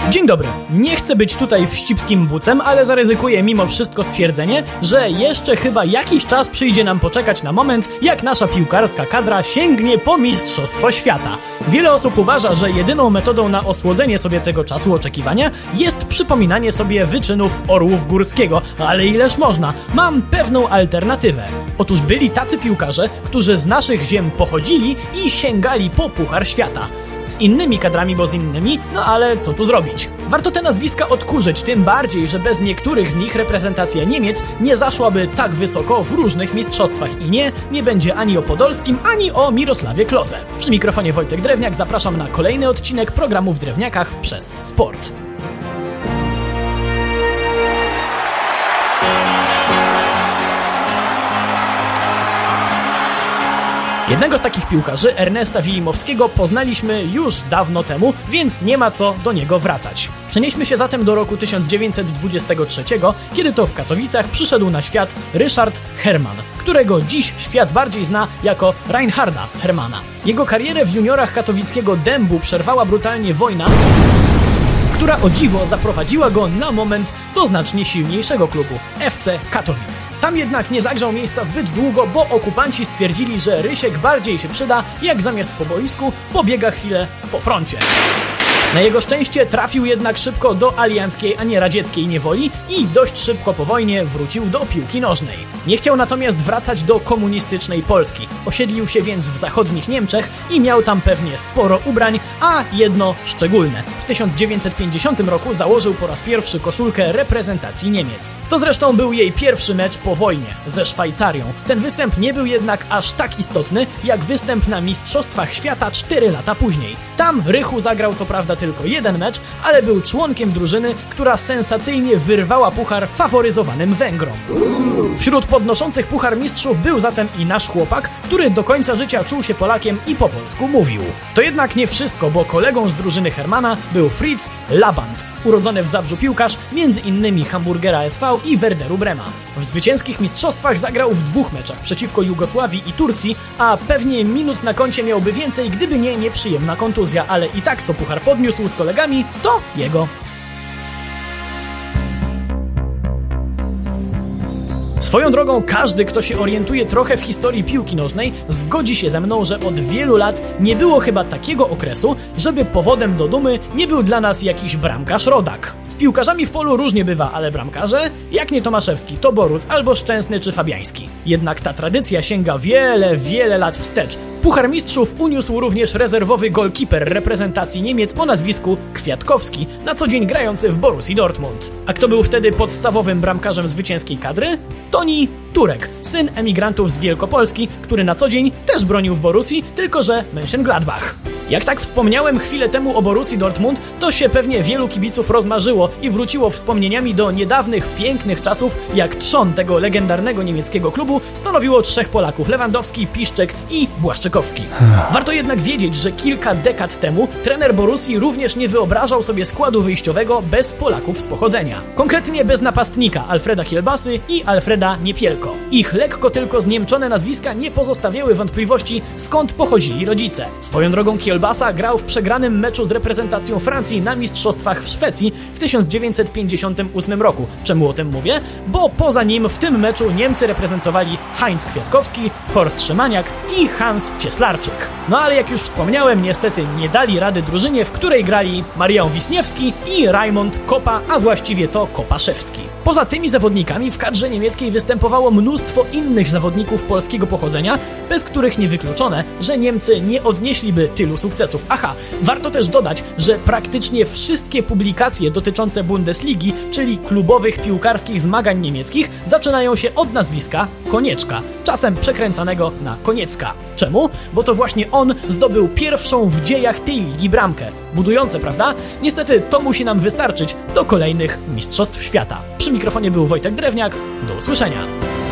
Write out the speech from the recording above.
Dzień dobry. Nie chcę być tutaj wścibskim bucem, ale zaryzykuję mimo wszystko stwierdzenie, że jeszcze chyba jakiś czas przyjdzie nam poczekać na moment, jak nasza piłkarska kadra sięgnie po Mistrzostwo Świata. Wiele osób uważa, że jedyną metodą na osłodzenie sobie tego czasu oczekiwania jest przypominanie sobie wyczynów Orłów Górskiego, ale ileż można? Mam pewną alternatywę. Otóż byli tacy piłkarze, którzy z naszych ziem pochodzili i sięgali po Puchar Świata. Z innymi kadrami, bo z innymi, no ale co tu zrobić? Warto te nazwiska odkurzyć, tym bardziej, że bez niektórych z nich reprezentacja Niemiec nie zaszłaby tak wysoko w różnych mistrzostwach. I nie będzie ani o Podolskim, ani o Mirosławie Klose. Przy mikrofonie Wojtek Drewniak, zapraszam na kolejny odcinek programu w Drewniakach przez Sport. Jednego z takich piłkarzy, Ernesta Wilimowskiego, poznaliśmy już dawno temu, więc nie ma co do niego wracać. Przenieśmy się zatem do roku 1923, kiedy to w Katowicach przyszedł na świat Ryszard Herman, którego dziś świat bardziej zna jako Reinharda Hermana. Jego karierę w juniorach katowickiego Dębu przerwała brutalnie wojna, która o dziwo zaprowadziła go na moment do znacznie silniejszego klubu, FC Katowic. Tam jednak nie zagrzał miejsca zbyt długo, bo okupanci stwierdzili, że Rysiek bardziej się przyda, jak zamiast po boisku pobiega chwilę po froncie. Na jego szczęście trafił jednak szybko do alianckiej, a nie radzieckiej niewoli i dość szybko po wojnie wrócił do piłki nożnej. Nie chciał natomiast wracać do komunistycznej Polski. Osiedlił się więc w zachodnich Niemczech i miał tam pewnie sporo ubrań, a jedno szczególne. W 1950 roku założył po raz pierwszy koszulkę reprezentacji Niemiec. To zresztą był jej pierwszy mecz po wojnie ze Szwajcarią. Ten występ nie był jednak aż tak istotny, jak występ na Mistrzostwach Świata 4 lata później. Tam Rychu zagrał co prawda tylko jeden mecz, ale był członkiem drużyny, która sensacyjnie wyrwała puchar faworyzowanym Węgrom. Wśród podnoszących Puchar Mistrzów był zatem i nasz chłopak, który do końca życia czuł się Polakiem i po polsku mówił. To jednak nie wszystko, bo kolegą z drużyny Hermana był Fritz Laband, urodzony w Zabrzu piłkarz, m.in. Hamburgera SV i Werderu Brema. W zwycięskich mistrzostwach zagrał w 2 meczach przeciwko Jugosławii i Turcji, a pewnie minut na koncie miałby więcej, gdyby nie nieprzyjemna kontuzja, ale i tak co puchar podniósł z kolegami, to jego. Swoją drogą każdy, kto się orientuje trochę w historii piłki nożnej, zgodzi się ze mną, że od wielu lat nie było chyba takiego okresu, żeby powodem do dumy nie był dla nas jakiś bramkarz rodak. Z piłkarzami w polu różnie bywa, ale bramkarze? Jak nie Tomaszewski, to Boruc albo Szczęsny czy Fabiański. Jednak ta tradycja sięga wiele lat wstecz. Puchar Mistrzów uniósł również rezerwowy golkiper reprezentacji Niemiec o nazwisku Kwiatkowski, na co dzień grający w Borussii Dortmund. A kto był wtedy podstawowym bramkarzem zwycięskiej kadry? Toni Turek, syn emigrantów z Wielkopolski, który na co dzień też bronił w Borussii, tylko że Mönchengladbach. Jak tak wspomniałem chwilę temu o Borussii Dortmund, to się pewnie wielu kibiców rozmarzyło i wróciło wspomnieniami do niedawnych, pięknych czasów, jak trzon tego legendarnego niemieckiego klubu stanowiło 3 Polaków: Lewandowski, Piszczek i Błaszczykowski. Warto jednak wiedzieć, że kilka dekad temu trener Borussii również nie wyobrażał sobie składu wyjściowego bez Polaków z pochodzenia. Konkretnie bez napastnika Alfreda Kielbasy i Alfreda Niepielko. Ich lekko tylko zniemczone nazwiska nie pozostawiały wątpliwości, skąd pochodzili rodzice. Swoją drogą Kielbasa grał w przegranym meczu z reprezentacją Francji na mistrzostwach w Szwecji w 1958 roku. Czemu o tym mówię? Bo poza nim w tym meczu Niemcy reprezentowali Heinz Kwiatkowski, Horst Szymaniak i Hans Cieslarczyk. No ale jak już wspomniałem, niestety nie dali rady drużynie, w której grali Marian Wisniewski i Raimund Kopa, a właściwie to Kopaszewski. Poza tymi zawodnikami w kadrze niemieckiej występowało mnóstwo innych zawodników polskiego pochodzenia, bez których niewykluczone, że Niemcy nie odnieśliby tylu sukcesów. Aha, warto też dodać, że praktycznie wszystkie publikacje dotyczące Bundesligi, czyli klubowych piłkarskich zmagań niemieckich, zaczynają się od nazwiska Konieczka, czasem przekręcanego na Koniecka. Czemu? Bo to właśnie on zdobył pierwszą w dziejach tej ligi bramkę. Budujące, prawda? Niestety to musi nam wystarczyć do kolejnych Mistrzostw Świata. Przy mikrofonie był Wojtek Drewniak. Do usłyszenia.